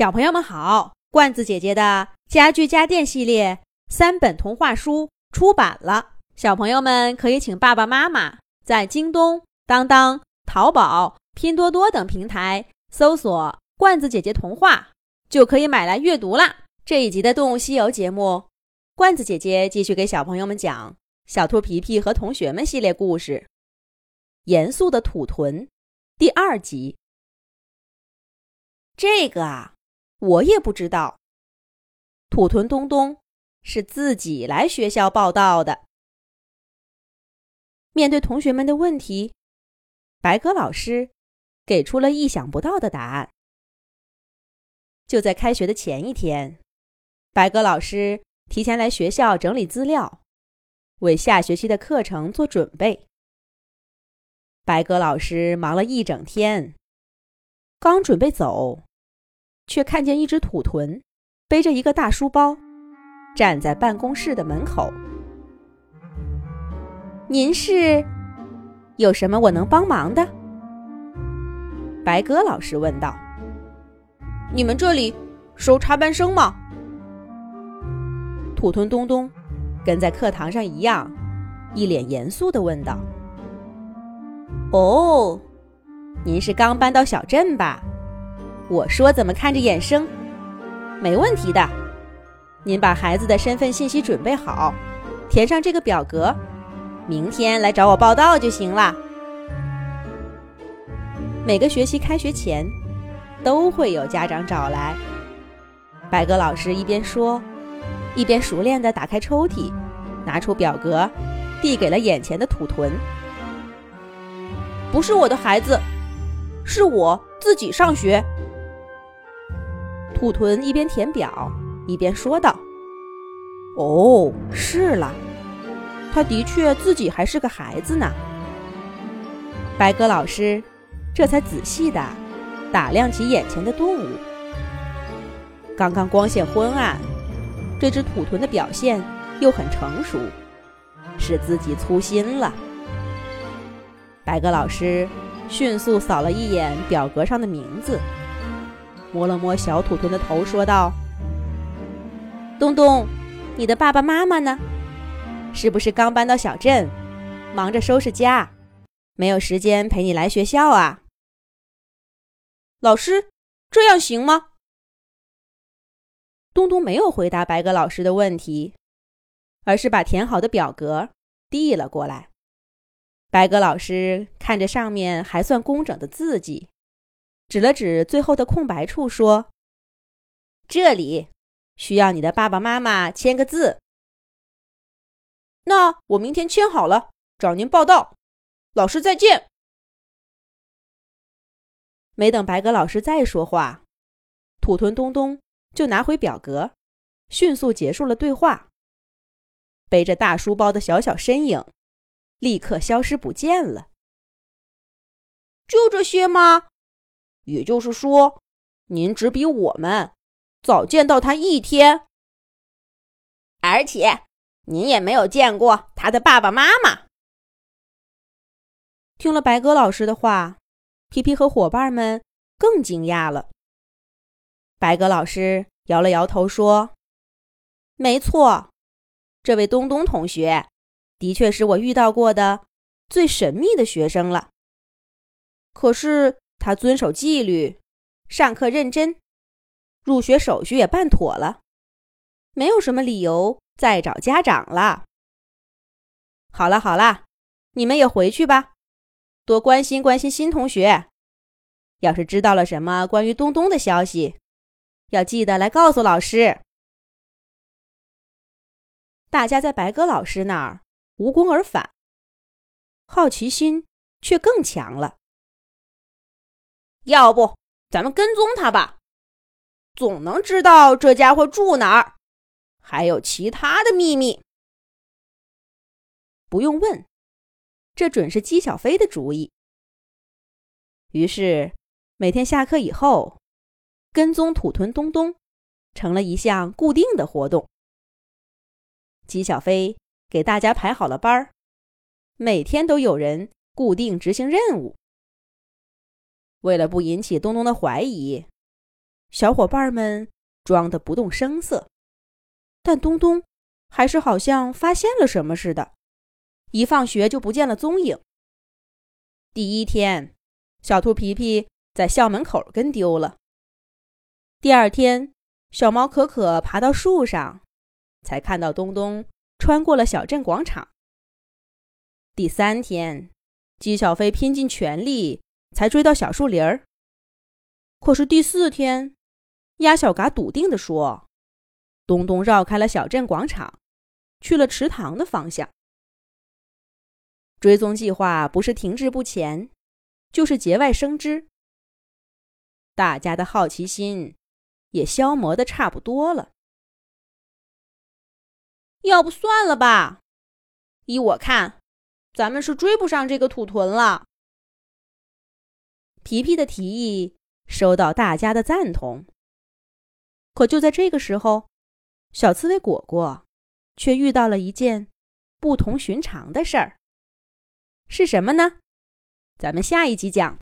小朋友们好，罐子姐姐的家具家电系列3本童话书出版了，小朋友们可以请爸爸妈妈在京东、当当、淘宝、拼多多等平台搜索罐子姐姐童话，就可以买来阅读啦。这一集的动物西游节目，罐子姐姐继续给小朋友们讲小兔皮皮和同学们系列故事，严肃的土豚第2集。这个啊，我也不知道。土豚东东是自己来学校报到的。面对同学们的问题，白鸽老师给出了意想不到的答案。就在开学的前一天，白鸽老师提前来学校整理资料，为下学期的课程做准备。白鸽老师忙了一整天，刚准备走，却看见一只土豚背着一个大书包站在办公室的门口。您是？有什么我能帮忙的？白鸽老师问道。你们这里收插班生吗？土豚东东跟在课堂上一样，一脸严肃地问道。哦，您是刚搬到小镇吧？我说怎么看着眼生？没问题的，您把孩子的身份信息准备好，填上这个表格，明天来找我报到就行了。每个学期开学前都会有家长找来，白鸽老师一边说，一边熟练地打开抽屉，拿出表格递给了眼前的土豚。不是我的孩子，是我自己上学。土豚一边填表一边说道。哦，是了，他的确自己还是个孩子呢。白鸽老师这才仔细地打量起眼前的动物。刚刚光线昏暗，这只土豚的表现又很成熟，是自己粗心了。白鸽老师迅速扫了一眼表格上的名字，摸了摸小土豚的头，说道：东东，你的爸爸妈妈呢？是不是刚搬到小镇，忙着收拾家，没有时间陪你来学校啊？老师，这样行吗？东东没有回答白鸽老师的问题，而是把填好的表格递了过来。白鸽老师看着上面还算工整的字迹，指了指最后的空白处说：这里需要你的爸爸妈妈签个字。那我明天签好了，找您报到。老师再见。没等白鸽老师再说话，土豚东东就拿回表格，迅速结束了对话。背着大书包的小小身影立刻消失不见了。就这些吗？也就是说，您只比我们早见到他一天？而且您也没有见过他的爸爸妈妈。听了白鸽老师的话，皮皮和伙伴们更惊讶了。白鸽老师摇了摇头说：没错，这位东东同学的确是我遇到过的最神秘的学生了。可是他遵守纪律，上课认真，入学手续也办妥了，没有什么理由再找家长了。好了好了，你们也回去吧，多关心关心新同学。要是知道了什么关于东东的消息，要记得来告诉老师。大家在白鸽老师那儿无功而返，好奇心却更强了。要不咱们跟踪他吧，总能知道这家伙住哪儿，还有其他的秘密。不用问，这准是姬小飞的主意。于是每天下课以后，跟踪土豚东东成了一项固定的活动。姬小飞给大家排好了班，每天都有人固定执行任务。为了不引起东东的怀疑， 小伙伴们装得不动声色，但东东还是好像发现了什么似的，一放学就不见了踪影。第一天，小兔皮皮在校门口跟丢了。第二天，小猫可可爬到树上，才看到东东穿过了小镇广场。第三天，姬小飞拼尽全力才追到小树林儿。可是第四天，鸭小嘎笃定地说，东东绕开了小镇广场，去了池塘的方向。追踪计划不是停滞不前，就是节外生枝。大家的好奇心也消磨得差不多了。要不算了吧，依我看，咱们是追不上这个土豚了。皮皮的提议收到大家的赞同。可就在这个时候，小刺猬果果却遇到了一件不同寻常的事儿。是什么呢？咱们下一集讲。